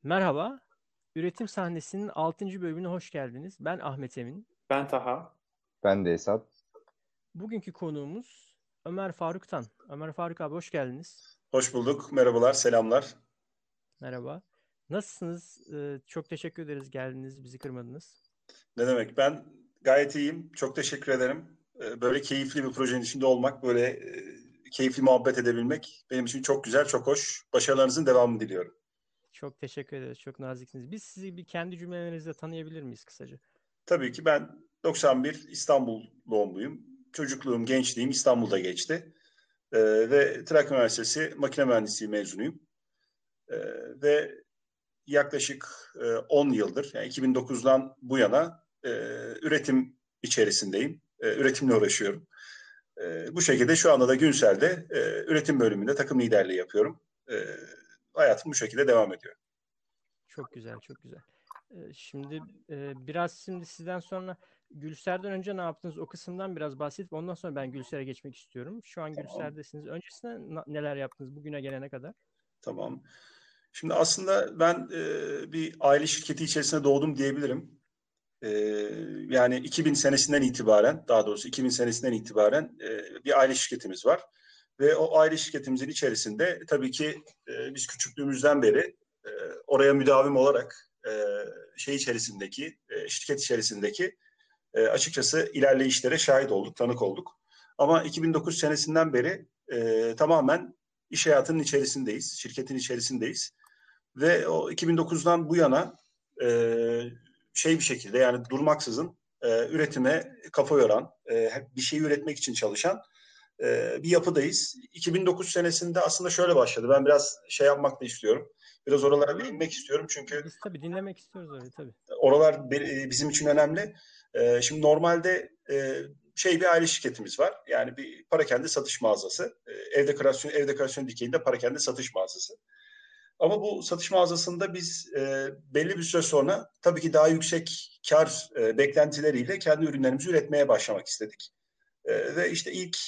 Merhaba, Üretim Sahnesi'nin 6. bölümüne hoş geldiniz. Ben Ahmet Emin. Ben Taha. Ben de Esat. Bugünkü konuğumuz Ömer Faruk'tan. Ömer Faruk abi hoş geldiniz. Hoş bulduk. Merhabalar, selamlar. Merhaba. Nasılsınız? Çok teşekkür ederiz geldiniz, bizi kırmadınız. Ne demek? Ben gayet iyiyim. Çok teşekkür ederim. Böyle keyifli bir projenin içinde olmak, böyle keyifli muhabbet edebilmek benim için çok güzel, çok hoş. Başarılarınızın devamını diliyorum. Çok teşekkür ederiz, çok naziksiniz. Biz sizi bir kendi cümlelerinizle tanıyabilir miyiz kısaca? Tabii ki ben 91 İstanbul doğumluyum. Çocukluğum, gençliğim İstanbul'da geçti. Ve Trakya Üniversitesi Makine Mühendisliği mezunuyum. Ee, ve yaklaşık 10 yıldır, yani 2009'dan bu yana üretim içerisindeyim. Üretimle uğraşıyorum. Bu şekilde şu anda da Günsel'de üretim bölümünde takım liderliği yapıyorum. Hayatım bu şekilde devam ediyor. Çok güzel, çok güzel. Şimdi şimdi sizden sonra Gülser'den önce ne yaptınız o kısımdan biraz bahsedip ondan sonra ben Gülser'e geçmek istiyorum. Şu an Tamam. Gülser'desiniz. Öncesinde neler yaptınız bugüne gelene kadar? Tamam. Şimdi aslında ben bir aile şirketi içerisinde doğdum diyebilirim. E, yani 2000 senesinden itibaren, daha doğrusu 2000 senesinden itibaren bir aile şirketimiz var. Ve o aile şirketimizin içerisinde tabii ki biz küçüklüğümüzden beri e, oraya müdavim olarak şirket içerisindeki açıkçası ilerleyişlere şahit olduk, tanık olduk. Ama 2009 senesinden beri tamamen iş hayatının içerisindeyiz, şirketin içerisindeyiz. Ve o 2009'dan bu yana e, bir şekilde, yani durmaksızın üretime kafa yoran, bir şeyi üretmek için çalışan bir yapıdayız. 2009 senesinde aslında şöyle başladı. Ben biraz şey yapmak da istiyorum. Biraz oralara Yo, değinmek istiyorum çünkü biz tabii dinlemek istiyoruz öyle tabii. oralar bizim için önemli. Şimdi normalde bir aile şirketimiz var. Yani bir parakende satış mağazası. Ev dekorasyon dikeyinde parakende satış mağazası. Ama bu satış mağazasında biz belli bir süre sonra tabii ki daha yüksek kar beklentileriyle kendi ürünlerimizi üretmeye başlamak istedik. Ve işte ilk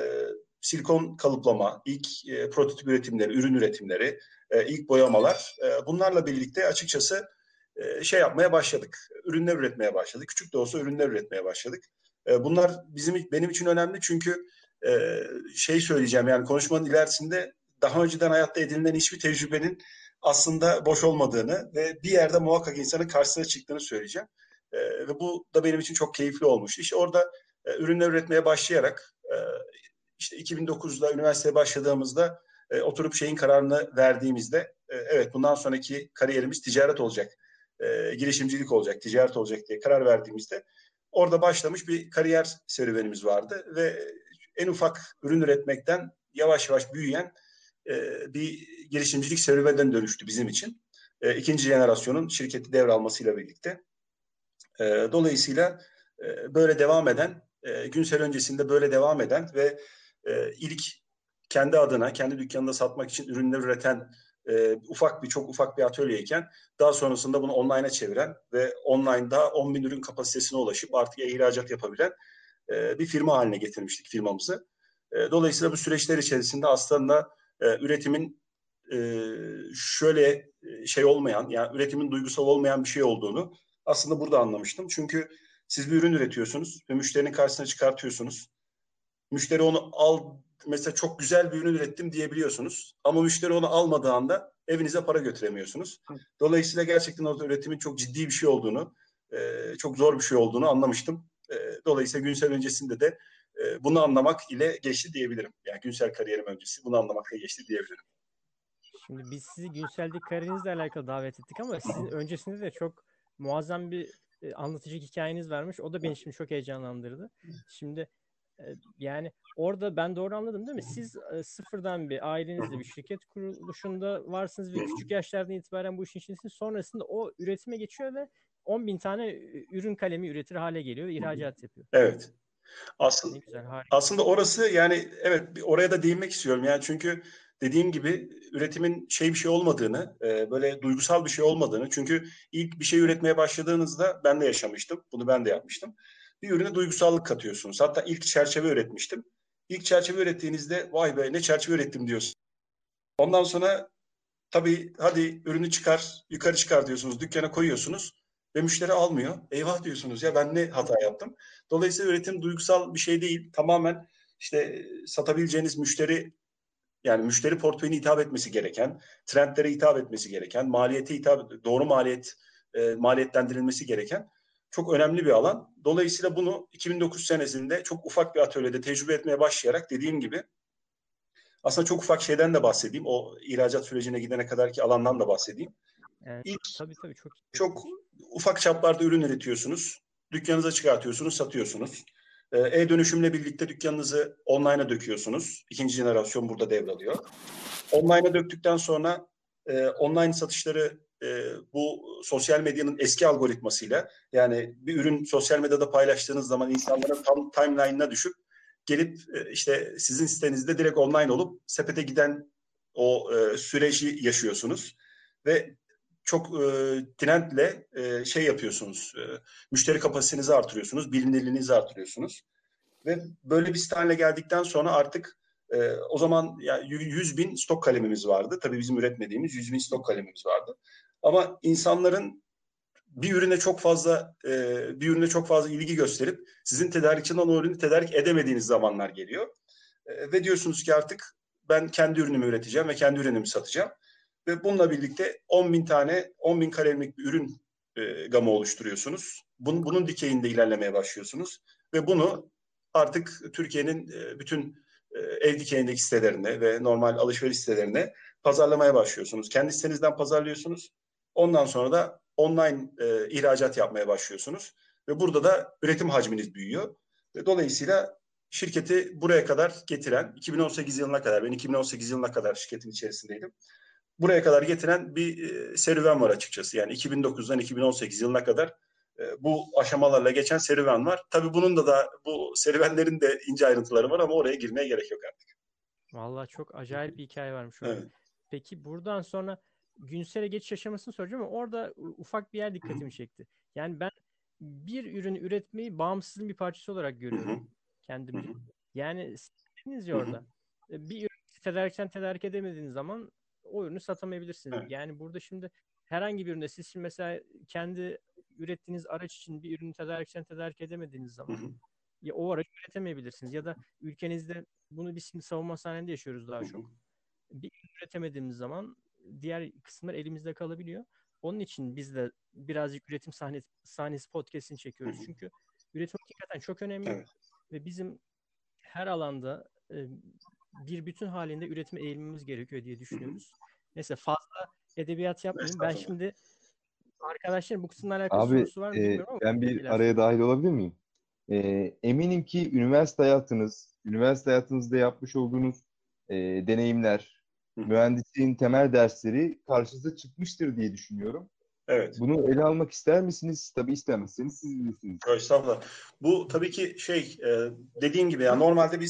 silikon kalıplama, ilk prototip üretimleri, ürün üretimleri, ilk boyamalar, bunlarla birlikte açıkçası yapmaya başladık. Ürünler üretmeye başladık. Küçük de olsa ürünler üretmeye başladık. Bunlar benim için önemli çünkü söyleyeceğim, yani konuşmanın ilerisinde daha önceden hayatta edinilen hiçbir tecrübenin aslında boş olmadığını ve bir yerde muhakkak insanın karşısına çıktığını söyleyeceğim. Ve bu da benim için çok keyifli olmuştu. İşte orada ürünler üretmeye başlayarak işte 2009'da üniversiteye başladığımızda oturup şeyin kararını verdiğimizde evet, bundan sonraki kariyerimiz ticaret olacak, girişimcilik olacak, ticaret olacak diye karar verdiğimizde orada başlamış bir kariyer serüvenimiz vardı ve en ufak ürün üretmekten yavaş yavaş büyüyen bir girişimcilik serüveninden dönüştü bizim için. İkinci jenerasyonun şirketi devralmasıyla birlikte. Dolayısıyla böyle devam eden, Günsel öncesinde böyle devam eden ve ilk kendi adına, kendi dükkanında satmak için ürünler üreten çok ufak bir atölyeyken daha sonrasında bunu online'a çeviren ve online'da 10 bin ürün kapasitesine ulaşıp artık ihracat yapabilen bir firma haline getirmiştik firmamızı. Dolayısıyla bu süreçler içerisinde aslında üretimin olmayan, yani üretimin duygusal olmayan bir şey olduğunu aslında burada anlamıştım. Çünkü siz bir ürün üretiyorsunuz ve müşterinin karşısına çıkartıyorsunuz. Müşteri onu mesela çok güzel bir ürün ürettim diyebiliyorsunuz. Ama müşteri onu almadığı anda evinize para götüremiyorsunuz. Dolayısıyla gerçekten orada üretimin çok ciddi bir şey olduğunu, çok zor bir şey olduğunu anlamıştım. Dolayısıyla Günsel öncesinde de bunu anlamak ile geçti diyebilirim. Yani Günsel kariyerim öncesi bunu anlamakla geçti diyebilirim. Şimdi biz sizi günsellik kariyerinizle alakalı davet ettik ama sizin öncesinde de çok muazzam bir anlatıcı hikayeniz varmış. O da beni şimdi çok heyecanlandırdı. Şimdi yani orada ben doğru anladım değil mi? Siz sıfırdan bir ailenizle bir şirket kuruluşunda varsınız ve küçük yaşlardan itibaren bu işin içindesiniz. Sonrasında o üretime geçiyor ve 10 bin tane ürün kalemi üretir hale geliyor ve ihracat yapıyor. Evet. Aslında Ne güzel, harika. aslında orası, yani evet, oraya da değinmek istiyorum. Yani çünkü dediğim gibi üretimin bir şey olmadığını, böyle duygusal bir şey olmadığını. Çünkü ilk bir şey üretmeye başladığınızda ben de yaşamıştım. Bunu ben de yapmıştım. Bir ürüne duygusallık katıyorsunuz. Hatta ilk çerçeve üretmiştim. İlk çerçeve ürettiğinizde vay be ne çerçeve ürettim diyorsun. Ondan sonra Tabii hadi ürünü çıkar, yukarı çıkar diyorsunuz, dükkana koyuyorsunuz ve müşteri almıyor. Eyvah diyorsunuz ya, ben ne hata yaptım? Dolayısıyla üretim duygusal bir şey değil. Tamamen işte satabileceğiniz müşteri, yani müşteri portföyüne hitap etmesi gereken, trendlere hitap etmesi gereken, maliyete hitap, doğru maliyetlendirilmesi gereken çok önemli bir alan. Dolayısıyla bunu 2009 senesinde çok ufak bir atölyede tecrübe etmeye başlayarak, dediğim gibi, aslında çok ufak şeyden de bahsedeyim. O ihracat sürecine gidene kadarki alandan da bahsedeyim. Yani İlk tabii çok çok ilginç. ufak çaplarda ürün üretiyorsunuz. Dükkanınıza çıkartıyorsunuz, satıyorsunuz. E-dönüşümle birlikte dükkanınızı online'a döküyorsunuz. İkinci jenerasyon burada devralıyor. Online'a döktükten sonra online satışları bu sosyal medyanın eski algoritmasıyla, yani bir ürün sosyal medyada paylaştığınız zaman insanların tam timeline'ına düşüp gelip işte sizin sitenizde direkt online olup sepete giden o süreci yaşıyorsunuz ve çok trendle şey yapıyorsunuz, müşteri kapasitenizi artırıyorsunuz, bilinirliğinizi artırıyorsunuz. Ve böyle bir site haline geldikten sonra artık o zaman yani 100 bin stok kalemimiz vardı. Tabii bizim üretmediğimiz 100 bin stok kalemimiz vardı. Ama insanların bir ürüne çok fazla ilgi gösterip sizin tedarikçiden o ürünü tedarik edemediğiniz zamanlar geliyor. Ve diyorsunuz ki artık ben kendi ürünümü üreteceğim ve kendi ürünümü satacağım. Ve bununla birlikte 10 bin tane, 10 bin kalemlik bir ürün gamı oluşturuyorsunuz. Bunun dikeyinde ilerlemeye başlıyorsunuz. Ve bunu artık Türkiye'nin bütün ev dikeyindeki sitelerine ve normal alışveriş sitelerine pazarlamaya başlıyorsunuz. Kendi sitenizden pazarlıyorsunuz. Ondan sonra da online ihracat yapmaya başlıyorsunuz. Ve burada da üretim hacminiz büyüyor. Ve dolayısıyla şirketi buraya kadar getiren, 2018 yılına kadar, ben 2018 yılına kadar şirketin içerisindeydim. Buraya kadar getiren bir serüven var açıkçası. Yani 2009'dan 2018 yılına kadar bu aşamalarla geçen serüven var. Tabii bunun da bu serüvenlerin de ince ayrıntıları var ama oraya girmeye gerek yok artık. Vallahi çok acayip bir hikaye varmış orada. Evet. Peki buradan sonra Günsel'e geçiş aşamasını soracağım ama orada ufak bir yer Hı hı. dikkatimi çekti. Yani ben bir ürünü üretmeyi bağımsızlığın bir parçası olarak Hı hı. görüyorum Hı kendimce. hı. Yani siz dediniz ya Hı hı. orada bir ürünü tedarikten tedarik edemediğiniz zaman o ürünü satamayabilirsiniz. Evet. Yani burada şimdi herhangi bir üründe siz şimdi mesela kendi ürettiğiniz araç için bir ürünü tedarikten tedarik edemediğiniz Hı zaman hı. ya o aracı üretemeyebilirsiniz ya da ülkenizde bunu biz şimdi savunma sanayinde yaşıyoruz Hı daha hı. çok. Bir ürün üretemediğimiz zaman diğer kısımlar elimizde kalabiliyor. Onun için biz de birazcık üretim sahnesi podcast'ini Hı çekiyoruz. hı. Çünkü üretim hakikaten çok önemli Evet. ve bizim her alanda bir bütün halinde üretime eğilmemiz gerekiyor diye Hı hı. düşünüyoruz. Neyse fazla edebiyat yapmayayım. Ben Estağfurullah. şimdi arkadaşların bu kısımla alakalı Abi sorusu var mı bilmiyorum ama ben bir şeyler araya sorayım. dahil olabilir miyim? Eminim ki üniversite hayatınızda yapmış olduğunuz deneyimler, Hı hı. mühendisliğin temel dersleri karşınıza çıkmıştır diye düşünüyorum. Evet. Bunu ele almak ister misiniz? Tabii istemezseniz siz bilirsiniz. Estağfurullah. Bu tabii ki dediğin gibi ya, normalde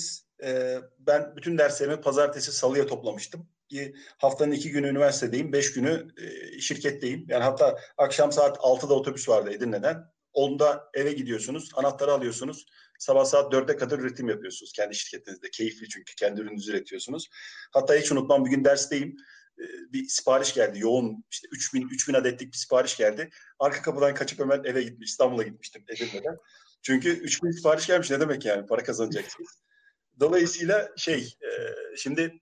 ben bütün derslerimi pazartesi salıya toplamıştım. Haftanın 2 günü üniversitedeyim, 5 günü şirketteyim. Yani hatta akşam saat 6'da otobüs vardı Edirne'den. 10'da eve gidiyorsunuz, anahtarı alıyorsunuz. Sabah saat 4'e kadar üretim yapıyorsunuz kendi şirketinizde. Keyifli, çünkü kendi ürününüzü üretiyorsunuz. Hatta hiç unutmam, bir gün dersteyim. Bir sipariş geldi. Yoğun, işte 3000 adetlik bir sipariş geldi. Arka kapıdan kaçıp hemen eve gitmiş. İstanbul'a gitmiştim Edirne'den. Çünkü 3000 sipariş gelmiş, ne demek yani, para kazanacaksınız. Dolayısıyla şimdi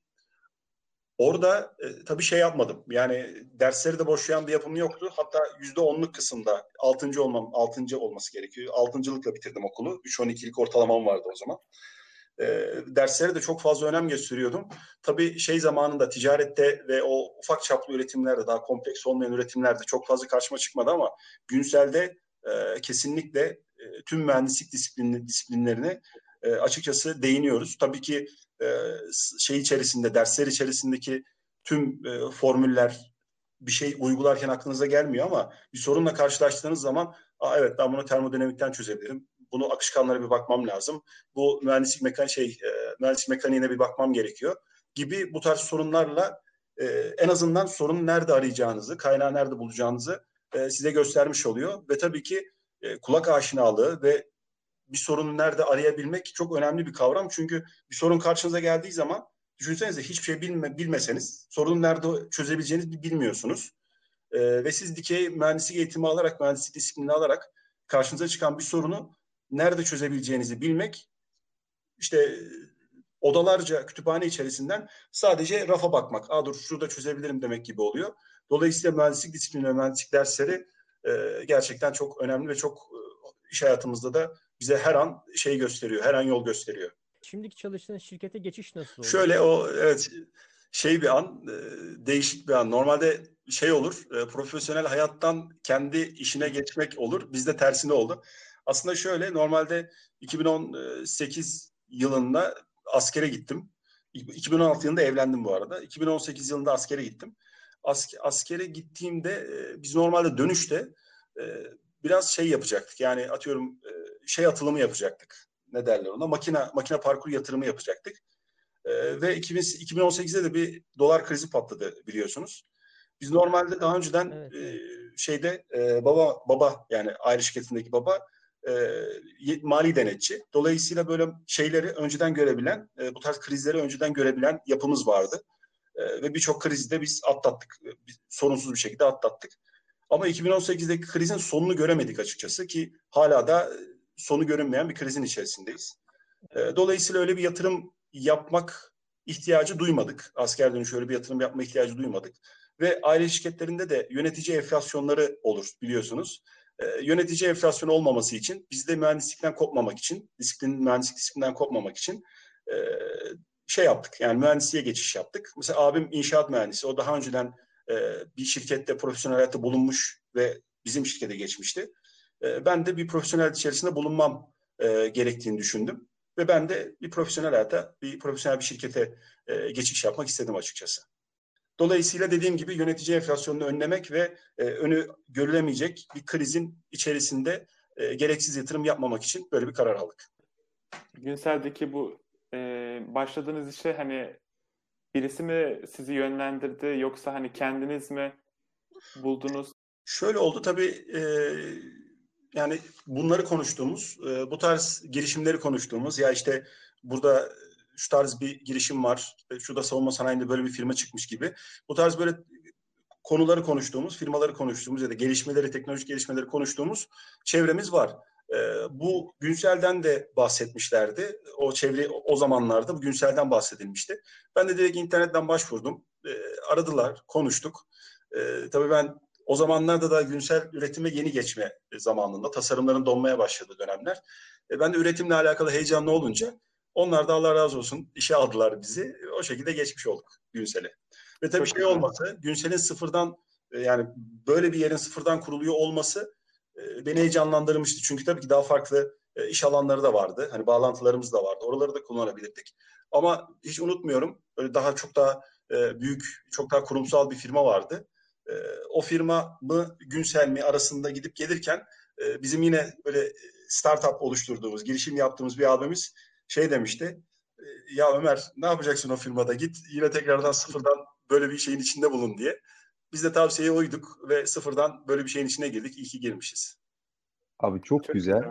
orada tabii şey yapmadım. Yani dersleri de boşlayan bir yapım yoktu. Hatta %10'luk kısımda 6. olması gerekiyor. 6.lıkla bitirdim okulu. 3,12'lik ortalamam vardı o zaman. Derslere de çok fazla önem gösteriyordum. Tabii zamanında ticarette ve o ufak çaplı üretimlerde, daha kompleks olmayan üretimlerde çok fazla karşıma çıkmadı ama Günsel'de kesinlikle tüm mühendislik disiplinlerine açıkçası değiniyoruz. Tabii ki e, dersler içerisindeki tüm formüller, bir şey uygularken aklınıza gelmiyor ama bir sorunla karşılaştığınız zaman, evet, ben bunu termodinamikten çözebilirim. Bunu akışkanlara bir bakmam lazım. Bu mühendislik mekaniğine bir bakmam gerekiyor gibi, bu tarz sorunlarla en azından sorunu nerede arayacağınızı, kaynağı nerede bulacağınızı size göstermiş oluyor. Ve tabii ki kulak aşinalığı ve bir sorunu nerede arayabilmek çok önemli bir kavram. Çünkü bir sorun karşınıza geldiği zaman Düşünsenize hiçbir şey bilmeseniz sorunun nerede çözebileceğinizi bilmiyorsunuz. Ve siz dikey mühendislik eğitimi alarak, mühendislik disiplini alarak karşınıza çıkan bir sorunu nerede çözebileceğinizi bilmek, işte odalarca kütüphane içerisinden sadece rafa bakmak, dur şurada çözebilirim demek gibi oluyor. Dolayısıyla mühendislik disiplini ve mühendislik dersleri gerçekten çok önemli ve çok iş hayatımızda da bize her an şey gösteriyor, her an yol gösteriyor. Şimdiki çalıştığınız şirkete geçiş nasıl oldu? Şöyle evet şey bir an, değişik bir an. Normalde şey olur, profesyonel hayattan kendi işine geçmek olur. Bizde tersine oldu. Aslında şöyle, normalde 2018 yılında askere gittim. 2016 yılında evlendim bu arada. 2018 yılında askere gittim. Askere gittiğimde biz normalde dönüşte biraz şey yapacaktık. Yani atıyorum şey atılımı yapacaktık. Ne derler ona? Makine parkur yatırımı yapacaktık. Ve 2018'de de bir dolar krizi patladı biliyorsunuz. Biz normalde daha önceden Evet. şeyde baba yani aile şirketindeki baba mali denetçi. Dolayısıyla böyle şeyleri önceden görebilen, bu tarz krizleri önceden görebilen yapımız vardı. Ve birçok krizi de biz atlattık. Sorunsuz bir şekilde atlattık. Ama 2018'deki krizin sonunu göremedik açıkçası ki hala da sonu görünmeyen bir krizin içerisindeyiz. Dolayısıyla öyle bir yatırım yapmak ihtiyacı duymadık. Asker dönüşü öyle bir yatırım yapma ihtiyacı duymadık. Ve aile şirketlerinde de yönetici enflasyonları olur biliyorsunuz. Yönetici enflasyonu olmaması için biz de mühendislikten kopmamak için, mühendislik disiplinden kopmamak için e, şey yaptık. Yani mühendisliğe geçiş yaptık. Mesela abim inşaat mühendisi. O daha önceden bir şirkette profesyonel hayatta bulunmuş ve bizim şirkete geçmişti. Ben de bir profesyonel içerisinde bulunmam gerektiğini düşündüm. Ve ben de bir profesyonel hayata, bir profesyonel bir şirkete geçiş yapmak istedim açıkçası. Dolayısıyla dediğim gibi yönetici enflasyonunu önlemek ve önü görülemeyecek bir krizin içerisinde gereksiz yatırım yapmamak için böyle bir karar aldık. Günsel'deki bu başladığınız işe hani birisi mi sizi yönlendirdi yoksa hani kendiniz mi buldunuz? Şöyle oldu tabii yani bunları konuştuğumuz, bu tarz girişimleri konuştuğumuz ya işte burada şu tarz bir girişim var, şurada savunma sanayinde böyle bir firma çıkmış gibi. Bu tarz böyle konuları konuştuğumuz, firmaları konuştuğumuz ya da gelişmeleri, teknolojik gelişmeleri konuştuğumuz çevremiz var. Bu Günsel'den de bahsetmişlerdi. O çevre o zamanlarda bu Günsel'den bahsedilmişti. Ben de direkt internetten başvurdum. Aradılar, konuştuk. Tabii ben o zamanlarda da Günsel üretime yeni geçme zamanında. Tasarımların donmaya başladığı dönemler. Ben de üretimle alakalı heyecanlı olunca onlar da Allah razı olsun işe aldılar bizi. O şekilde geçmiş olduk Günsel'e. Ve tabii Çok şey güzel. olması, Günsel'in sıfırdan yani böyle bir yerin sıfırdan kuruluyor olması beni heyecanlandırmıştı. Çünkü tabii ki daha farklı iş alanları da vardı. Hani bağlantılarımız da vardı. Oraları da kullanabilirdik. Ama hiç unutmuyorum. Böyle daha çok daha büyük, çok daha kurumsal bir firma vardı. O firma mı Günsel mi arasında gidip gelirken bizim yine böyle startup oluşturduğumuz, girişim yaptığımız bir abimiz şey demişti. Ya Ömer ne yapacaksın o firmada? Git yine tekrardan sıfırdan böyle bir şeyin içinde bulun diye. Biz de tavsiyeye uyduk ve sıfırdan böyle bir şeyin içine girdik. İyi ki girmişiz. Abi çok Çok güzel. güzel.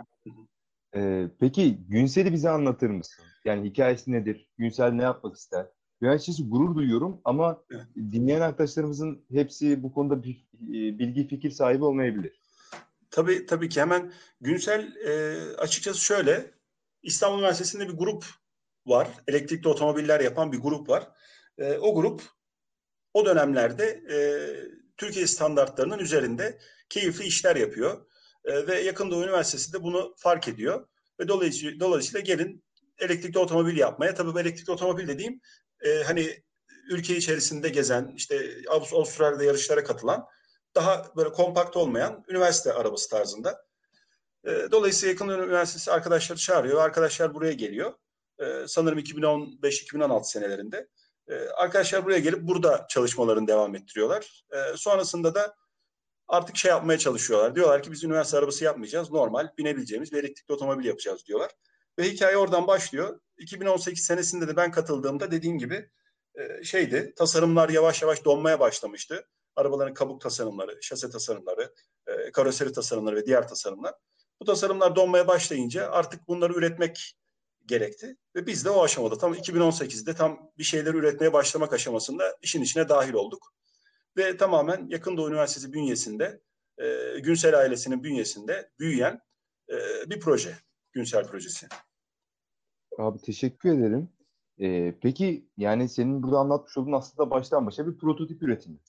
Peki Günsel'i bize anlatır mısın? Yani hikayesi nedir? Günsel ne yapmak ister? Ben açıkçası gurur duyuyorum ama Evet. dinleyen arkadaşlarımızın hepsi bu konuda bilgi fikir sahibi olmayabilir. Tabii ki hemen Günsel açıkçası şöyle İstanbul Üniversitesi'nde bir grup var. Elektrikli otomobiller yapan bir grup var. O grup o dönemlerde Türkiye standartlarının üzerinde keyifli işler yapıyor. Ve Yakın Doğu Üniversitesi de bunu fark ediyor. Ve dolayısıyla gelin elektrikli otomobil yapmaya. Tabii bu elektrikli otomobil dediğim hani ülke içerisinde gezen, işte Avustralya'da yarışlara katılan, daha böyle kompakt olmayan üniversite arabası tarzında. Dolayısıyla Yakın Doğu Üniversitesi arkadaşları çağırıyor. Arkadaşlar buraya geliyor. Sanırım 2015-2016 senelerinde. Arkadaşlar buraya gelip burada çalışmalarını devam ettiriyorlar. Sonrasında da artık şey yapmaya çalışıyorlar. Diyorlar ki biz üniversite arabası yapmayacağız. Normal binebileceğimiz bir elektrikli otomobil yapacağız diyorlar. Ve hikaye oradan başlıyor. 2018 senesinde de ben katıldığımda dediğim gibi tasarımlar yavaş yavaş donmaya başlamıştı. Arabaların kabuk tasarımları, şase tasarımları, karoseri tasarımları ve diğer tasarımlar. Bu tasarımlar donmaya başlayınca artık bunları üretmek gerekti. Ve biz de o aşamada tam 2018'de tam bir şeyler üretmeye başlamak aşamasında işin içine dahil olduk. Ve tamamen Yakın Doğu Üniversitesi bünyesinde, Günsel ailesinin bünyesinde büyüyen bir proje. Günsel projesi. Abi teşekkür ederim. Peki yani senin burada anlatmış olduğun aslında baştan başa bir prototip üretimi.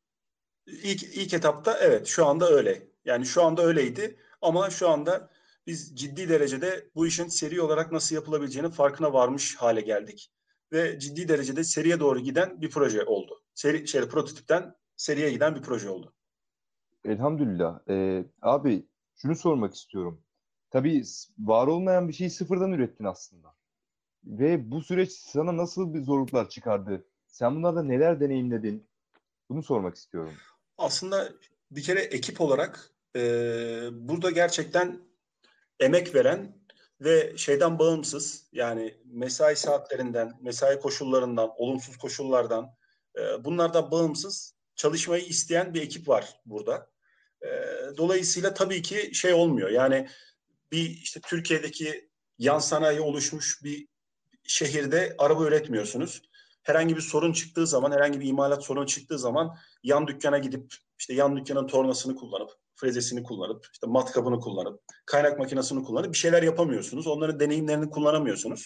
İlk etapta evet, şu anda öyle. Yani şu anda öyleydi ama şu anda biz ciddi derecede bu işin seri olarak nasıl yapılabileceğinin farkına varmış hale geldik. Ve ciddi derecede seriye doğru giden bir proje oldu. Prototipten seriye giden bir proje oldu. Elhamdülillah. Abi şunu sormak istiyorum. Tabii var olmayan bir şeyi sıfırdan ürettin aslında. Ve bu süreç sana nasıl bir zorluklar çıkardı? Sen bunlarda neler deneyimledin? Bunu sormak istiyorum. Aslında bir kere ekip olarak burada gerçekten emek veren ve şeyden bağımsız, yani mesai saatlerinden, mesai koşullarından, olumsuz koşullardan, bunlardan bağımsız çalışmayı isteyen bir ekip var burada. Dolayısıyla tabii ki şey olmuyor. Yani bir işte Türkiye'deki yan sanayi oluşmuş bir şehirde araba üretmiyorsunuz. Herhangi bir sorun çıktığı zaman, herhangi bir imalat sorunu çıktığı zaman yan dükkana gidip işte yan dükkanın tornasını kullanıp, frezesini kullanıp, işte matkabını kullanıp, kaynak makinesini kullanıp bir şeyler yapamıyorsunuz. Onların deneyimlerini kullanamıyorsunuz.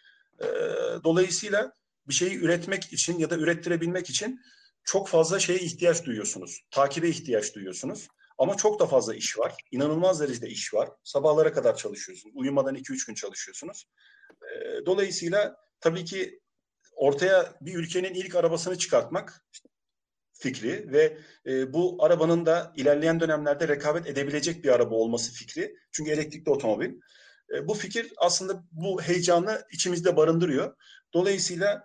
Dolayısıyla bir şeyi üretmek için ya da ürettirebilmek için çok fazla şeye ihtiyaç duyuyorsunuz. Takibe ihtiyaç duyuyorsunuz. Ama çok da fazla iş var. İnanılmaz derecede iş var. Sabahlara kadar çalışıyorsunuz. Uyumadan 2-3 gün çalışıyorsunuz. Dolayısıyla tabii ki ortaya bir ülkenin ilk arabasını çıkartmak fikri ve bu arabanın da ilerleyen dönemlerde rekabet edebilecek bir araba olması fikri. Çünkü elektrikli otomobil. Bu fikir aslında bu heyecanı içimizde barındırıyor. Dolayısıyla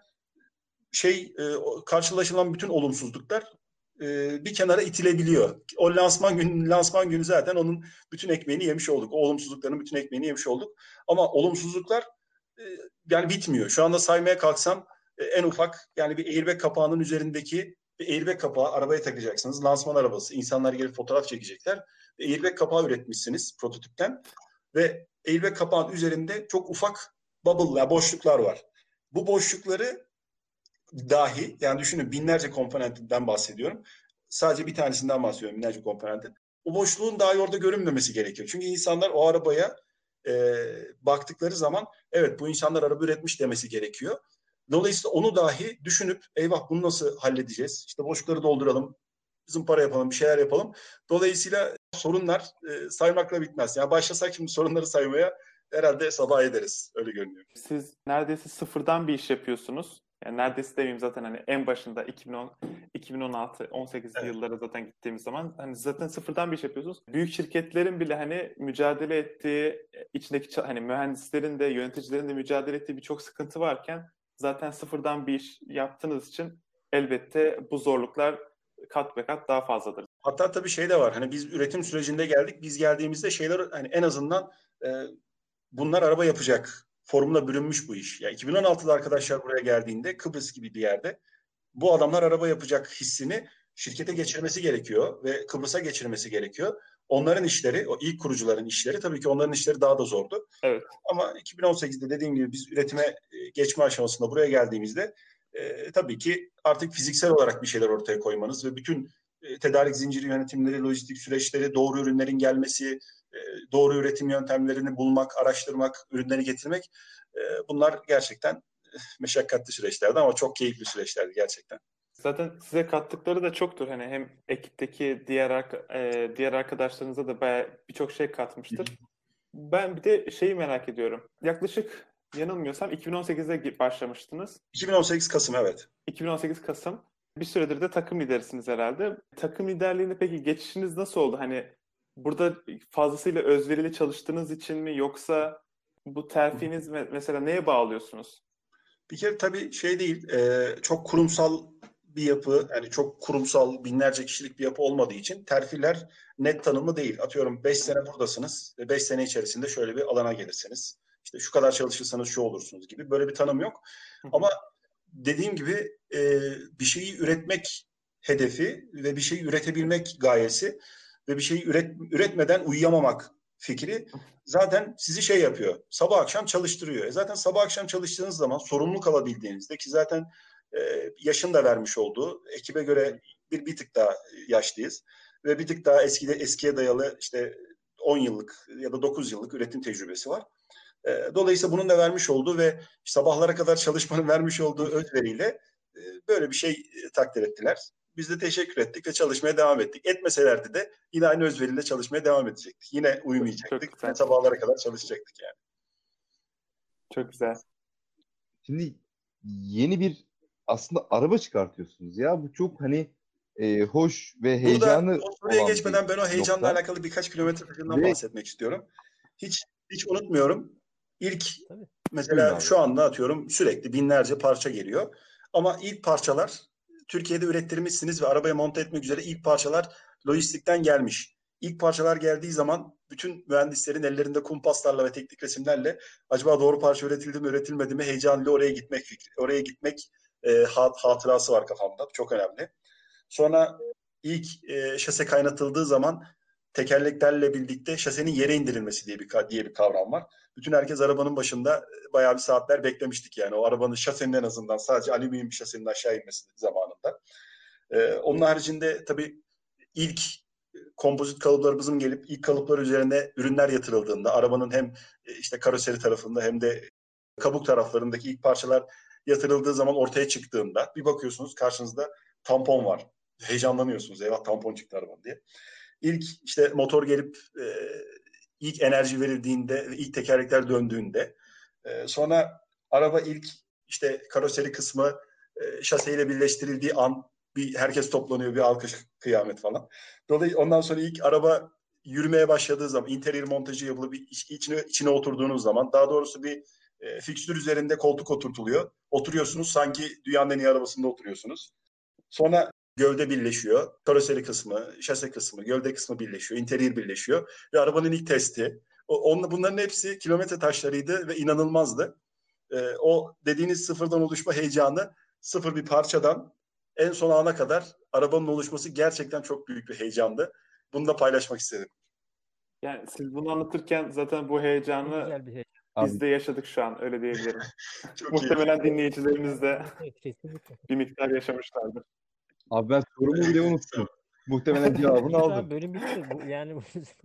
karşılaşılan bütün olumsuzluklar bir kenara itilebiliyor. O lansman günü zaten onun bütün ekmeğini yemiş olduk. O olumsuzlukların bütün ekmeğini yemiş olduk. Ama olumsuzluklar yani bitmiyor. Şu anda saymaya kalksam en ufak, yani bir airbag kapağının üzerindeki bir airbag kapağı arabaya takacaksınız. Lansman arabası. İnsanlar gelip fotoğraf çekecekler. Bir airbag kapağı üretmişsiniz prototipten ve airbag kapağın üzerinde çok ufak bubble, boşluklar var. Bu boşlukları dahi, yani düşünün, binlerce komponentten bahsediyorum. Sadece bir tanesinden bahsediyorum, binlerce komponentin. O boşluğun dahi orada görünmemesi gerekiyor. Çünkü insanlar o arabaya baktıkları zaman evet bu insanlar araba üretmiş demesi gerekiyor. Dolayısıyla onu dahi düşünüp eyvah bunu nasıl halledeceğiz? İşte boşlukları dolduralım, zımpara yapalım, bir şeyler yapalım. Dolayısıyla sorunlar saymakla bitmez. Yani başlasak şimdi sorunları saymaya herhalde sabah ederiz. Öyle görünüyor. Siz neredeyse sıfırdan bir iş yapıyorsunuz. Yani neredeyse demeyeyim, zaten hani en başında 2010, 2016, 18'li Evet. yıllara zaten gittiğimiz zaman hani zaten sıfırdan bir iş yapıyorsunuz. Büyük şirketlerin bile hani mücadele ettiği, içindeki hani mühendislerin de yöneticilerin de mücadele ettiği birçok sıkıntı varken zaten sıfırdan bir iş yaptığınız için elbette bu zorluklar kat be kat daha fazladır. Hatta tabii şey de var. Hani biz üretim sürecinde geldik. Biz geldiğimizde şeyler hani en azından bunlar araba yapacak formuna bürünmüş bu iş. Ya 2016'da arkadaşlar buraya geldiğinde Kıbrıs gibi bir yerde bu adamlar araba yapacak hissini şirkete geçirmesi gerekiyor ve Kıbrıs'a geçirmesi gerekiyor. Onların işleri, o ilk kurucuların işleri, tabii ki onların işleri daha da zordu. Evet. Ama 2018'de dediğim gibi biz üretime geçme aşamasında buraya geldiğimizde tabii ki artık fiziksel olarak bir şeyler ortaya koymanız ve bütün tedarik zinciri yönetimleri, lojistik süreçleri, doğru ürünlerin gelmesi, doğru üretim yöntemlerini bulmak, araştırmak, ürünleri getirmek, bunlar gerçekten meşakkatli süreçlerdi ama çok keyifli süreçlerdi gerçekten. Zaten size kattıkları da çoktur. Hani hem ekipteki diğer arkadaşlarınıza da bayağı birçok şey katmıştır. Ben bir de şeyi merak ediyorum. Yaklaşık yanılmıyorsam 2018'de başlamıştınız. 2018 Kasım, evet. 2018 Kasım. Bir süredir de takım liderisiniz herhalde. Takım liderliğinde peki geçişiniz nasıl oldu? Hani burada fazlasıyla özverili çalıştığınız için mi, yoksa bu terfiniz mesela neye bağlıyorsunuz? Bir kere tabii şey değil, çok kurumsal bir yapı, yani çok kurumsal binlerce kişilik bir yapı olmadığı için terfiler net tanımlı değil. Atıyorum 5 sene buradasınız ve 5 sene içerisinde şöyle bir alana gelirsiniz. İşte şu kadar çalışırsanız şu olursunuz gibi böyle bir tanım yok. Ama dediğim gibi bir şeyi üretmek hedefi ve bir şeyi üretebilmek gayesi ve bir şeyi üretmeden uyuyamamak fikri zaten sizi şey yapıyor. Sabah akşam çalıştırıyor. Zaten sabah akşam çalıştığınız zaman sorumluluk alabildiğinizde ki zaten yaşın da vermiş olduğu ekibe göre bir tık daha yaşlıyız ve bir tık daha eskiye dayalı işte 10 yıllık ya da 9 yıllık üretim tecrübesi var. Dolayısıyla bunun da vermiş olduğu ve sabahlara kadar çalışmanın vermiş olduğu özveriyle böyle bir şey takdir ettiler. Biz de teşekkür ettik ve çalışmaya devam ettik. Etmeselerdi de yine aynı özveriyle çalışmaya devam edecektik. Yine uyumayacaktık. Yine sabahlara kadar çalışacaktık yani. Çok güzel. Şimdi yeni bir aslında araba çıkartıyorsunuz ya. Bu çok hani hoş ve heyecanlı. Burada o soruya geçmeden ben o heyecanla alakalı birkaç kilometre hızından bahsetmek istiyorum. Hiç unutmuyorum. İlk mesela şu anda atıyorum sürekli binlerce parça geliyor. Ama ilk parçalar Türkiye'de ürettirmişsiniz ve arabaya monte etmek üzere ilk parçalar lojistikten gelmiş. İlk parçalar geldiği zaman bütün mühendislerin ellerinde kumpaslarla ve teknik resimlerle acaba doğru parça üretildi mi üretilmedi mi heyecanıyla oraya gitmek fikri. Oraya gitmek hatırası var kafamda. Çok önemli. Sonra ilk şase kaynatıldığı zaman tekerleklerle birlikte şasenin yere indirilmesi diye bir kavram var. Bütün herkes arabanın başında bayağı bir saatler beklemiştik yani. O arabanın şasenin en azından sadece alüminyum bir şasenin aşağı inmesi zamanında. Onun haricinde tabii ilk kompozit kalıplarımızın gelip ilk kalıplar üzerine ürünler yatırıldığında arabanın hem işte karoseri tarafında hem de kabuk taraflarındaki ilk parçalar yatırıldığı zaman ortaya çıktığında bir bakıyorsunuz karşınızda tampon var. Heyecanlanıyorsunuz. Eyvah tampon çıktı arabanın diye. İlk işte motor gelip ilk enerji verildiğinde, ilk tekerlekler döndüğünde sonra araba ilk işte karoseri kısmı şaseyle birleştirildiği an herkes toplanıyor, bir alkış, kıyamet falan. Dolayısıyla ondan sonra ilk araba yürümeye başladığı zaman, interior montajı yapılıp içine oturduğunuz zaman, daha doğrusu bir fikstür üzerinde koltuk oturtuluyor. Oturuyorsunuz, sanki dünyanın en iyi arabasında oturuyorsunuz. Sonra gövde birleşiyor. Karoseri kısmı, şase kısmı, gövde kısmı birleşiyor. İnterior birleşiyor. Ve arabanın ilk testi. Bunların hepsi kilometre taşlarıydı ve inanılmazdı. O dediğiniz sıfırdan oluşma heyecanı, sıfır bir parçadan en son ana kadar arabanın oluşması gerçekten çok büyük bir heyecandı. Bunu da paylaşmak istedim. Yani siz bunu anlatırken zaten bu heyecanı biz de yaşadık şu an, öyle diyebilirim. Muhtemelen dinleyicilerimiz de bir miktar yaşamışlardır. Abi ben sorumu bile unuttum. Muhtemelen cevabını aldım. Bölüm bitti. Yani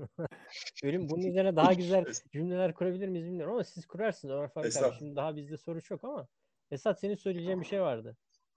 bunun üzerine daha güzel cümleler kurabilir miyiz bilmiyorum ama siz kurarsınız Ömer Faruk abi. Şimdi daha bizde soru çok ama Esat, senin söyleyeceğin bir şey vardı.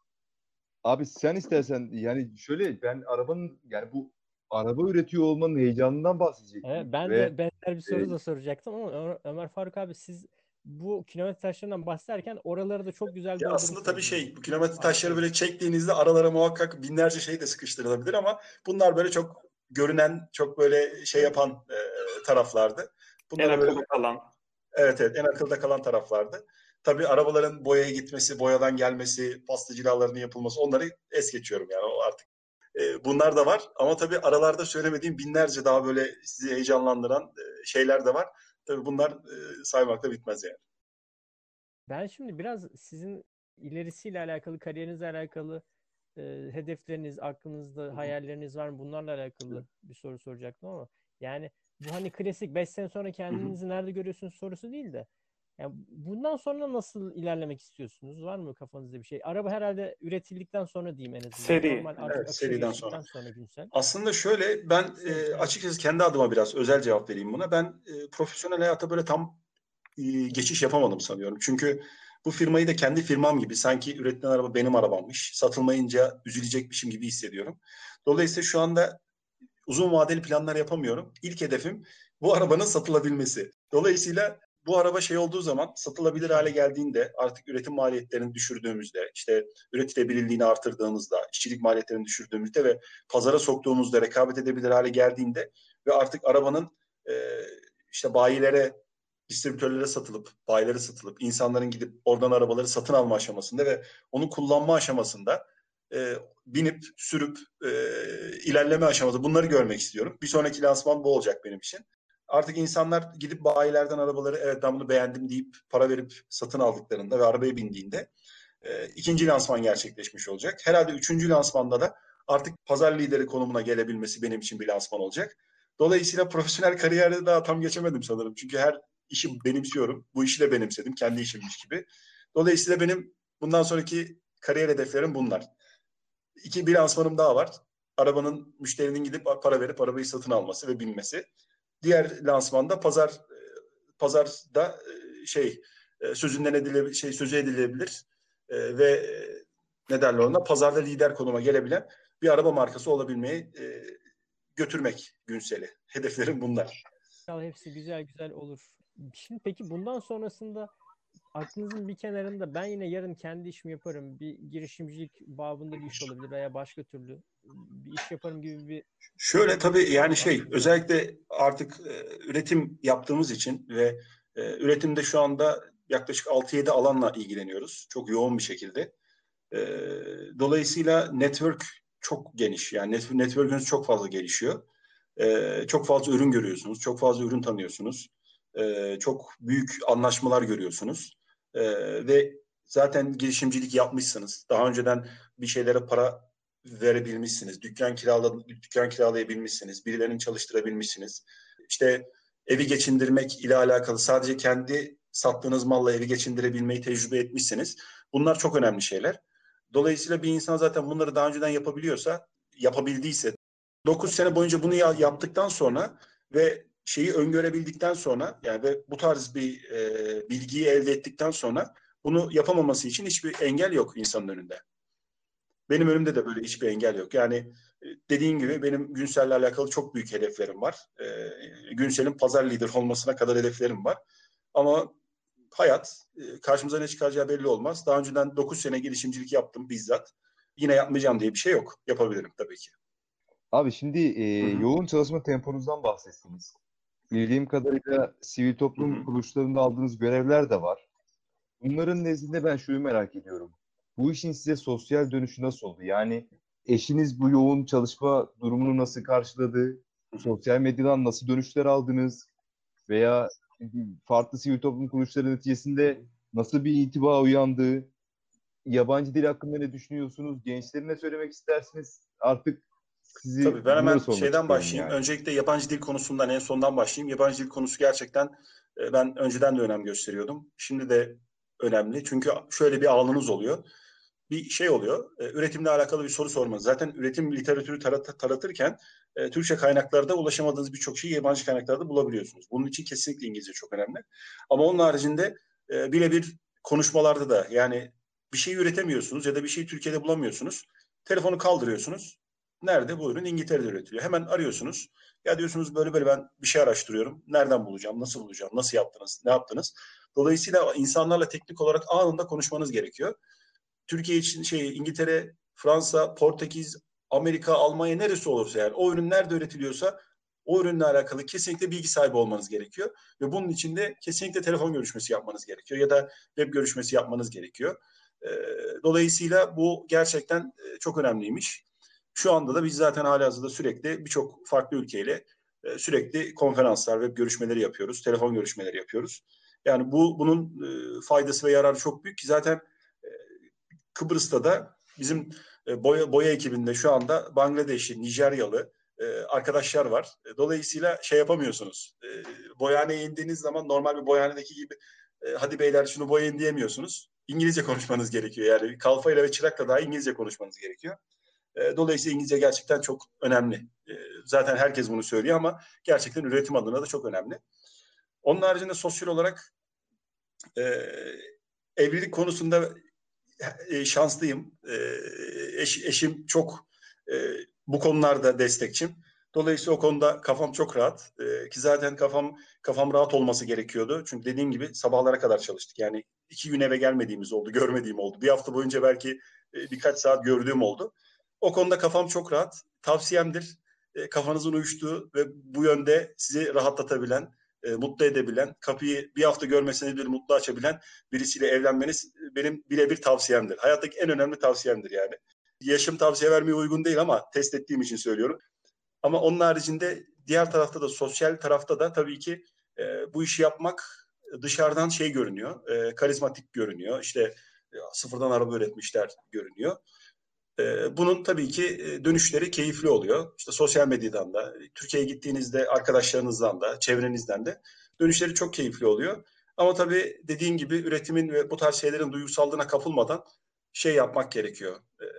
Abi sen istersen yani şöyle, ben arabanın yani bu araba üretiyor olmanın heyecanından bahsedecektim. Evet, ben de benzer bir soru da soracaktım ama Ömer Faruk abi, siz bu kilometre taşlarından bahsederken oraları da çok güzel doldurmuşsunuz. Aslında tabii bu kilometre taşları böyle çektiğinizde aralara muhakkak binlerce şey de sıkıştırılabilir ama bunlar böyle çok görünen, çok böyle şey yapan taraflardı. En akılda kalan. Evet, en akılda kalan taraflardı. Tabii arabaların boyaya gitmesi, boyadan gelmesi, pasta cilalarının yapılması, onları es geçiyorum yani. O artık bunlar da var ama tabii aralarda söylemediğim binlerce daha böyle sizi heyecanlandıran şeyler de var. Tabii bunlar saymakla bitmez yani. Ben şimdi biraz sizin ilerisiyle alakalı, kariyerinizle alakalı hedefleriniz, aklınızda hayalleriniz var mı? Bunlarla alakalı bir soru soracaktım ama yani bu hani klasik 5 sene sonra kendinizi nerede görüyorsunuz sorusu değil de yani bundan sonra nasıl ilerlemek istiyorsunuz? Var mı kafanızda bir şey? Araba herhalde üretildikten sonra diyeyim en azından. Seri. Evet, seriden sonra Günsel. Aslında şöyle, ben açıkçası kendi adıma biraz özel cevap vereyim buna. Ben profesyonel hayata böyle tam geçiş yapamadım sanıyorum. Çünkü bu firmayı da kendi firmam gibi, sanki üretilen araba benim arabammış, satılmayınca üzülecekmişim gibi hissediyorum. Dolayısıyla şu anda uzun vadeli planlar yapamıyorum. İlk hedefim bu arabanın satılabilmesi. Dolayısıyla bu araba olduğu zaman, satılabilir hale geldiğinde, artık üretim maliyetlerini düşürdüğümüzde, işte üretilebilirliğini artırdığımızda, işçilik maliyetlerini düşürdüğümüzde ve pazara soktuğumuzda rekabet edebilir hale geldiğinde ve artık arabanın işte bayilere, distribütörlere satılıp, bayilere satılıp, insanların gidip oradan arabaları satın alma aşamasında ve onu kullanma aşamasında binip, sürüp ilerleme aşaması, bunları görmek istiyorum. Bir sonraki lansman bu olacak benim için. Artık insanlar gidip bayilerden arabaları, evet ben bunu beğendim deyip para verip satın aldıklarında ve arabaya bindiğinde ikinci lansman gerçekleşmiş olacak. Herhalde üçüncü lansmanda da artık pazar lideri konumuna gelebilmesi benim için bir lansman olacak. Dolayısıyla profesyonel kariyerde daha tam geçemedim sanırım. Çünkü her işi benimsiyorum. Bu işi de benimsedim. Kendi işimmiş gibi. Dolayısıyla benim bundan sonraki kariyer hedeflerim bunlar. Bir lansmanım daha var. Arabanın müşterinin gidip para verip arabayı satın alması ve binmesi. Diğer lansmanda pazarda sözü edilebilir ve ne derler ona, pazarda lider konuma gelebilen bir araba markası olabilmeyi götürmek Günsel'i. Hedeflerim bunlar. İnşallah hepsi güzel güzel olur. Şimdi peki bundan sonrasında aklınızın bir kenarında ben yine yarın kendi işimi yaparım. Bir girişimcilik babında bir iş olabilir veya başka türlü bir iş yaparım gibi bir Şöyle tabii var yani mı aklınızda? özellikle artık üretim yaptığımız için ve üretimde şu anda yaklaşık 6-7 alanla ilgileniyoruz. Çok yoğun bir şekilde. E, Dolayısıyla network çok geniş. Yani network'ünüz çok fazla gelişiyor. Çok fazla ürün görüyorsunuz. Çok fazla ürün tanıyorsunuz. Çok büyük anlaşmalar görüyorsunuz. Ve zaten girişimcilik yapmışsınız. Daha önceden bir şeylere para verebilmişsiniz. Dükkan kiralayabilmişsiniz. Birilerini çalıştırabilmişsiniz. İşte evi geçindirmek ile alakalı sadece kendi sattığınız malla evi geçindirebilmeyi tecrübe etmişsiniz. Bunlar çok önemli şeyler. Dolayısıyla bir insan zaten bunları daha önceden yapabildiyse 9 sene boyunca bunu yaptıktan sonra ve şeyi öngörebildikten sonra yani ve bu tarz bir bilgiyi elde ettikten sonra bunu yapamaması için hiçbir engel yok insanın önünde. Benim önümde de böyle hiçbir engel yok. Yani dediğin gibi benim Günsel'le alakalı çok büyük hedeflerim var. Günsel'in pazar lideri olmasına kadar hedeflerim var. Ama hayat karşımıza ne çıkaracağı belli olmaz. Daha önceden 9 sene girişimcilik yaptım bizzat. Yine yapmayacağım diye bir şey yok. Yapabilirim tabii ki. Abi şimdi Hı hı. yoğun çalışma temponuzdan bahsettiniz. Bildiğim kadarıyla sivil Hı toplum hı. kuruluşlarında aldığınız görevler de var. Bunların nezdinde ben şunu merak ediyorum. Bu işin size sosyal dönüşü nasıl oldu? Yani eşiniz bu yoğun çalışma durumunu nasıl karşıladı? Hı hı. Sosyal medyadan nasıl dönüşler aldınız? Veya farklı sivil toplum kuruluşları neticesinde nasıl bir intiba uyandı? Yabancı dil hakkında ne düşünüyorsunuz? Gençlere ne söylemek istersiniz? Artık sizi Tabii ben bunları hemen sormak şeyden istiyorum başlayayım. yani. Öncelikle yabancı dil konusundan en sondan başlayayım. Yabancı dil konusu gerçekten ben önceden de önem gösteriyordum. Şimdi de önemli. Çünkü şöyle bir alanınız oluyor. Bir şey oluyor. Üretimle alakalı bir soru sormanız. Zaten üretim literatürü taratırken Türkçe kaynaklarda ulaşamadığınız birçok şeyi yabancı kaynaklarda bulabiliyorsunuz. Bunun için kesinlikle İngilizce çok önemli. Ama onun haricinde birebir konuşmalarda da yani bir şey üretemiyorsunuz ya da bir şeyi Türkiye'de bulamıyorsunuz. Telefonu kaldırıyorsunuz. Nerede? Bu ürün İngiltere'de üretiliyor. Hemen arıyorsunuz. Ya diyorsunuz böyle böyle ben bir şey araştırıyorum. Nereden bulacağım? Nasıl bulacağım? Nasıl yaptınız? Ne yaptınız? Dolayısıyla insanlarla teknik olarak anında konuşmanız gerekiyor. Türkiye için İngiltere, Fransa, Portekiz, Amerika, Almanya neresi olursa yani o ürün nerede üretiliyorsa o ürünle alakalı kesinlikle bilgi sahibi olmanız gerekiyor. Ve bunun için de kesinlikle telefon görüşmesi yapmanız gerekiyor ya da web görüşmesi yapmanız gerekiyor. Dolayısıyla bu gerçekten çok önemliymiş. Şu anda da biz zaten halihazırda sürekli birçok farklı ülkeyle sürekli konferanslar, web görüşmeleri yapıyoruz, telefon görüşmeleri yapıyoruz. Yani bunun faydası ve yararı çok büyük ki zaten e, Kıbrıs'ta da bizim boya ekibinde şu anda Bangladeşli, Nijeryalı arkadaşlar var. Dolayısıyla şey yapamıyorsunuz. Boyaneye indiğiniz zaman normal bir boyanedeki gibi hadi beyler şunu boyayın diyemiyorsunuz. İngilizce konuşmanız gerekiyor. Yani kalfayla ve çırakla daha İngilizce konuşmanız gerekiyor. Dolayısıyla İngilizce gerçekten çok önemli. Zaten herkes bunu söylüyor ama gerçekten üretim adına da çok önemli. Onun haricinde sosyal olarak e, evlilik konusunda şanslıyım. Eşim çok bu konularda destekçim. Dolayısıyla o konuda kafam çok rahat. Ki zaten kafam rahat olması gerekiyordu. Çünkü dediğim gibi sabahlara kadar çalıştık. Yani 2 gün eve gelmediğimiz oldu, görmediğim oldu. Bir hafta boyunca belki birkaç saat gördüğüm oldu. O konuda kafam çok rahat. Tavsiyemdir. Kafanızın uyuştuğu ve bu yönde sizi rahatlatabilen, mutlu edebilen, kapıyı bir hafta görmeseniz bir mutlu açabilen birisiyle evlenmeniz benim birebir tavsiyemdir. Hayattaki en önemli tavsiyemdir yani. Yaşım tavsiye vermeye uygun değil ama test ettiğim için söylüyorum. Ama onun haricinde diğer tarafta da sosyal tarafta da tabii ki bu işi yapmak dışarıdan şey görünüyor. Karizmatik görünüyor. İşte sıfırdan araba üretmişler görünüyor. Bunun tabii ki dönüşleri keyifli oluyor. İşte sosyal medyadan da, Türkiye'ye gittiğinizde arkadaşlarınızdan da, çevrenizden de dönüşleri çok keyifli oluyor. Ama tabii dediğin gibi üretimin ve bu tarz şeylerin duygusallığına kapılmadan şey yapmak gerekiyor.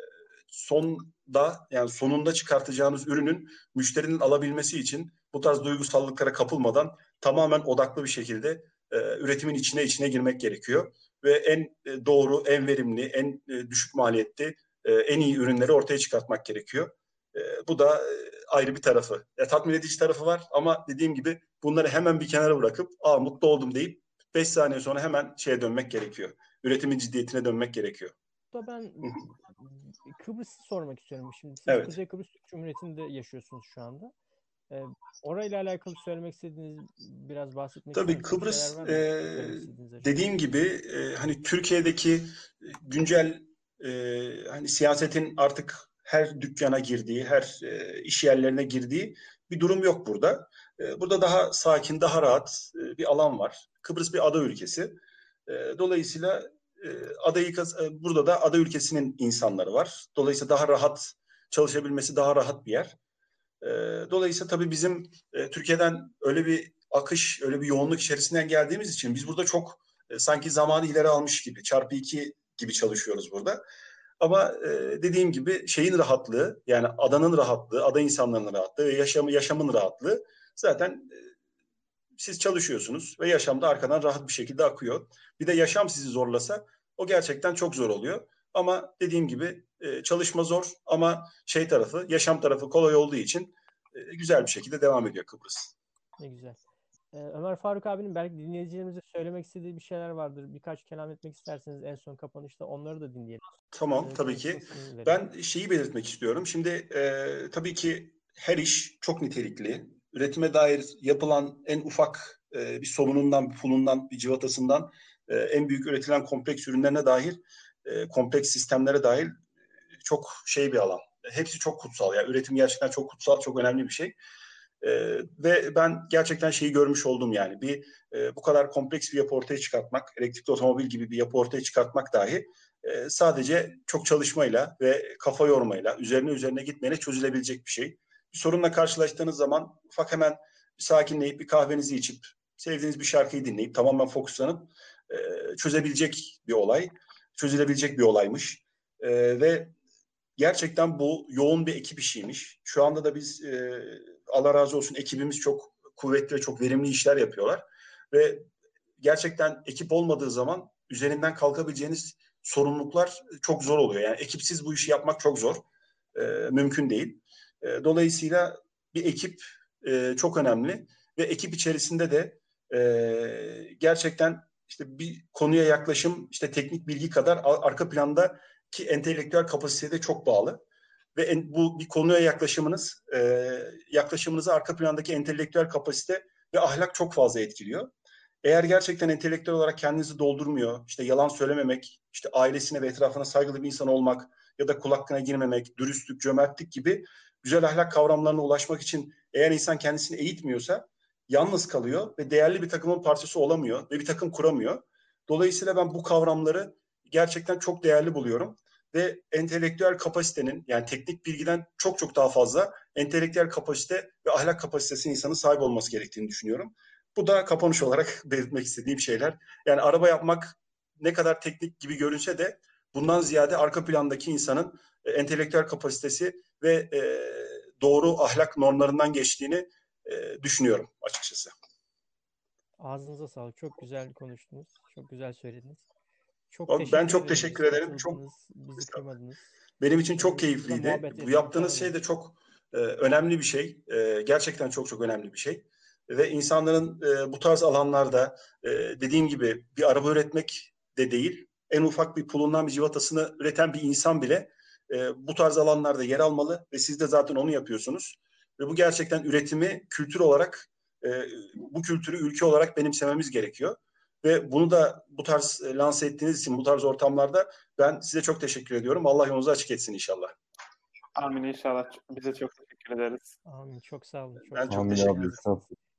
Yani sonunda çıkartacağınız ürünün müşterinin alabilmesi için bu tarz duygusallıklara kapılmadan tamamen odaklı bir şekilde üretimin içine girmek gerekiyor. Ve en doğru, en verimli, en düşük maliyetli, en iyi ürünleri ortaya çıkartmak gerekiyor. Bu da ayrı bir tarafı. Tatmin edici tarafı var ama dediğim gibi bunları hemen bir kenara bırakıp mutlu oldum deyip 5 saniye sonra hemen şeye dönmek gerekiyor. Üretimin ciddiyetine dönmek gerekiyor. Da ben Kıbrıs'ı sormak istiyorum. Şimdi siz Evet. Kuzey Kıbrıs Türk Cumhuriyeti'nde yaşıyorsunuz şu anda. Orayla alakalı söylemek istediğiniz, biraz bahsetmek ister Tabii misiniz? Bir şeyler Kıbrıs var mı? Söylemek istediğiniz açıdan. dediğim gibi hani Türkiye'deki güncel hani siyasetin artık her dükkana girdiği, her iş yerlerine girdiği bir durum yok burada. Burada daha sakin, daha rahat bir alan var. Kıbrıs bir ada ülkesi. Dolayısıyla burada da ada ülkesinin insanları var. Dolayısıyla daha rahat çalışabilmesi, daha rahat bir yer. Dolayısıyla tabii bizim Türkiye'den öyle bir akış, öyle bir yoğunluk içerisinden geldiğimiz için biz burada çok sanki zamanı ileri almış gibi, çarpı iki gibi çalışıyoruz burada. Ama dediğim gibi şeyin rahatlığı, yani adanın rahatlığı, ada insanlarının rahatlığı ve yaşamın rahatlığı zaten siz çalışıyorsunuz ve yaşamda arkadan rahat bir şekilde akıyor. Bir de yaşam sizi zorlasa o gerçekten çok zor oluyor. Ama dediğim gibi çalışma zor ama yaşam tarafı kolay olduğu için güzel bir şekilde devam ediyor Kıbrıs. Ne güzel. Ömer Faruk abinin belki dinleyicilerimize söylemek istediği bir şeyler vardır. Birkaç kelam etmek isterseniz en son kapanışta onları da dinleyelim. Tamam, tabii ki. Ben şeyi belirtmek istiyorum. Şimdi tabii ki her iş çok nitelikli. Üretime dair yapılan en ufak bir somunundan, bir pulundan, bir cıvatasından en büyük üretilen kompleks ürünlerine dahil, kompleks sistemlere dahil çok bir alan. Hepsi çok kutsal. Yani üretim gerçekten çok kutsal, çok önemli bir şey. Ve ben gerçekten şeyi görmüş oldum yani. Bu kadar kompleks bir yapı ortaya çıkartmak, elektrikli otomobil gibi bir yapı ortaya çıkartmak dahi sadece çok çalışmayla ve kafa yormayla, üzerine gitmeyle çözülebilecek bir şey. Bir sorunla karşılaştığınız zaman ufak hemen bir sakinleyip bir kahvenizi içip, sevdiğiniz bir şarkıyı dinleyip tamamen fokuslanıp çözebilecek bir olay, çözülebilecek bir olaymış. Ve gerçekten bu yoğun bir ekip işiymiş. Şu anda da biz Allah razı olsun ekibimiz çok kuvvetli ve çok verimli işler yapıyorlar. Ve gerçekten ekip olmadığı zaman üzerinden kalkabileceğiniz sorumluluklar çok zor oluyor. Yani ekipsiz bu işi yapmak çok zor. Mümkün değil. Dolayısıyla bir ekip çok önemli ve ekip içerisinde de gerçekten işte bir konuya yaklaşım işte teknik bilgi kadar arka planda ki entelektüel kapasiteye de çok bağlı. Ve bu bir konuya yaklaşımınızı arka plandaki entelektüel kapasite ve ahlak çok fazla etkiliyor. Eğer gerçekten entelektüel olarak kendinizi doldurmuyor, işte yalan söylememek, işte ailesine ve etrafına saygılı bir insan olmak ya da kul hakkına girmemek, dürüstlük, cömertlik gibi güzel ahlak kavramlarına ulaşmak için eğer insan kendisini eğitmiyorsa yalnız kalıyor ve değerli bir takımın parçası olamıyor ve bir takım kuramıyor. Dolayısıyla ben bu kavramları gerçekten çok değerli buluyorum ve entelektüel kapasitenin yani teknik bilgiden çok çok daha fazla entelektüel kapasite ve ahlak kapasitesi insanın sahip olması gerektiğini düşünüyorum. Bu da kapanış olarak belirtmek istediğim şeyler. Yani araba yapmak ne kadar teknik gibi görünse de bundan ziyade arka plandaki insanın entelektüel kapasitesi ve doğru ahlak normlarından geçtiğini düşünüyorum açıkçası. Ağzınıza sağlık. Çok güzel konuştunuz. Çok güzel söylediniz. Ben çok teşekkür ederim. Bizi kırmadınız. Benim için çok keyifliydi. Bu yaptığınız şey de çok önemli bir şey. Gerçekten çok çok önemli bir şey. Ve insanların bu tarz alanlarda dediğim gibi bir araba üretmek de değil, en ufak bir pulundan bir civatasını üreten bir insan bile bu tarz alanlarda yer almalı ve siz de zaten onu yapıyorsunuz. Ve bu gerçekten üretimi kültür olarak, bu kültürü ülke olarak benimsememiz gerekiyor. Ve bunu da bu tarz lanse ettiğiniz için bu tarz ortamlarda ben size çok teşekkür ediyorum. Allah yolunuzu açık etsin inşallah. Amin inşallah. Bize çok teşekkür ederiz. Amin. Çok sağ olun. Ben çok teşekkür ederim.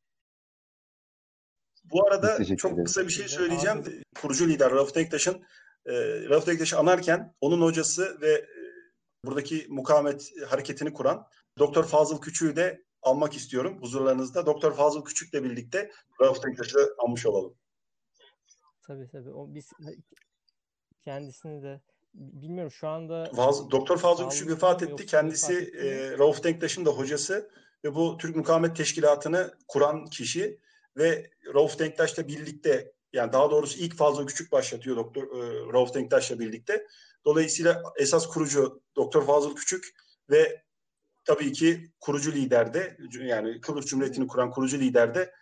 Bu arada çok kısa bir şey söyleyeceğim. Kurucu lider Rauf Denktaş'ın Rauf Denktaş'ı anarken onun hocası ve buradaki mukavemet hareketini kuran Doktor Fazıl Küçük'ü de almak istiyorum huzurlarınızda. Doktor Fazıl Küçük'le birlikte Rauf Denktaş'ı da almış olalım. Tabii. Biz kendisini de bilmiyorum şu anda Doktor Fazıl Küçük vefat etti. Kendisi Rauf Denktaş'ın da hocası ve bu Türk Mukavemet Teşkilatı'nı kuran kişi ve Rauf Denktaş'la birlikte, yani daha doğrusu ilk Fazıl Küçük başlatıyor Rauf Denktaş'la birlikte. Dolayısıyla esas kurucu Doktor Fazıl Küçük ve tabii ki kurucu lider de, yani Kıbrıs Cumhuriyeti'ni kuran kurucu lider de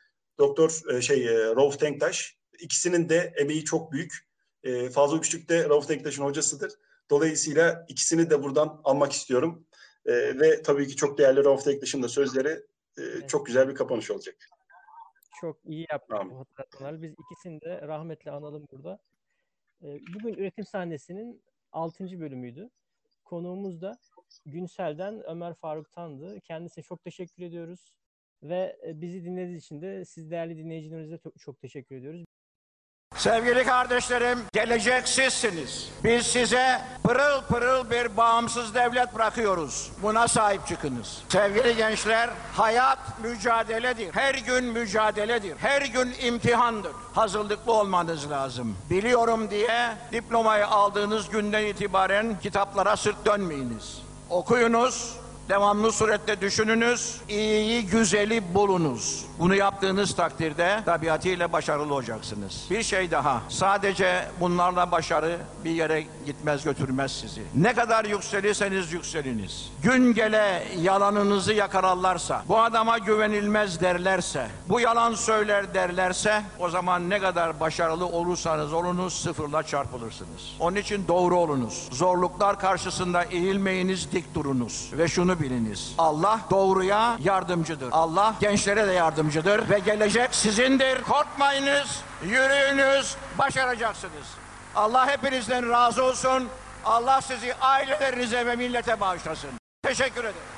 Rauf Denktaş. İkisinin de emeği çok büyük. Fazıl Küçük de Rauf Denktaş'ın hocasıdır. Dolayısıyla ikisini de buradan almak istiyorum. Ve tabii ki çok değerli Rauf Denktaş'ın da sözleri çok güzel bir kapanış olacak. Çok iyi yaptık bu hatırlatmalar. Biz ikisini de rahmetle analım burada. Bugün Üretim Sahnesi'nin 6. bölümüydü. Konuğumuz da Günsel'den Ömer Faruk Tan'dı. Kendisine çok teşekkür ediyoruz. Ve bizi dinlediğiniz için de siz değerli dinleyicilerimize çok teşekkür ediyoruz. Sevgili kardeşlerim, gelecek sizsiniz. Biz size pırıl pırıl bir bağımsız devlet bırakıyoruz. Buna sahip çıkınız. Sevgili gençler, hayat mücadeledir. Her gün mücadeledir. Her gün imtihandır. Hazırlıklı olmanız lazım. Biliyorum diye diplomayı aldığınız günden itibaren kitaplara sırt dönmeyiniz. Okuyunuz. Devamlı surette düşününüz, iyiyi, güzeli bulunuz. Bunu yaptığınız takdirde tabiatıyla başarılı olacaksınız. Bir şey daha, sadece bunlarla başarı bir yere gitmez, götürmez sizi. Ne kadar yükselirseniz yükseliniz. Gün gele yalanınızı yakalarlarsa, bu adama güvenilmez derlerse, bu yalan söyler derlerse, o zaman ne kadar başarılı olursanız olunuz sıfırla çarpılırsınız. Onun için doğru olunuz. Zorluklar karşısında eğilmeyiniz, dik durunuz. Ve şunu biliniz. Allah doğruya yardımcıdır. Allah gençlere de yardımcıdır ve gelecek sizindir. Korkmayınız, yürüyünüz, başaracaksınız. Allah hepinizden razı olsun. Allah sizi ailelerinize ve millete bağışlasın. Teşekkür ederim.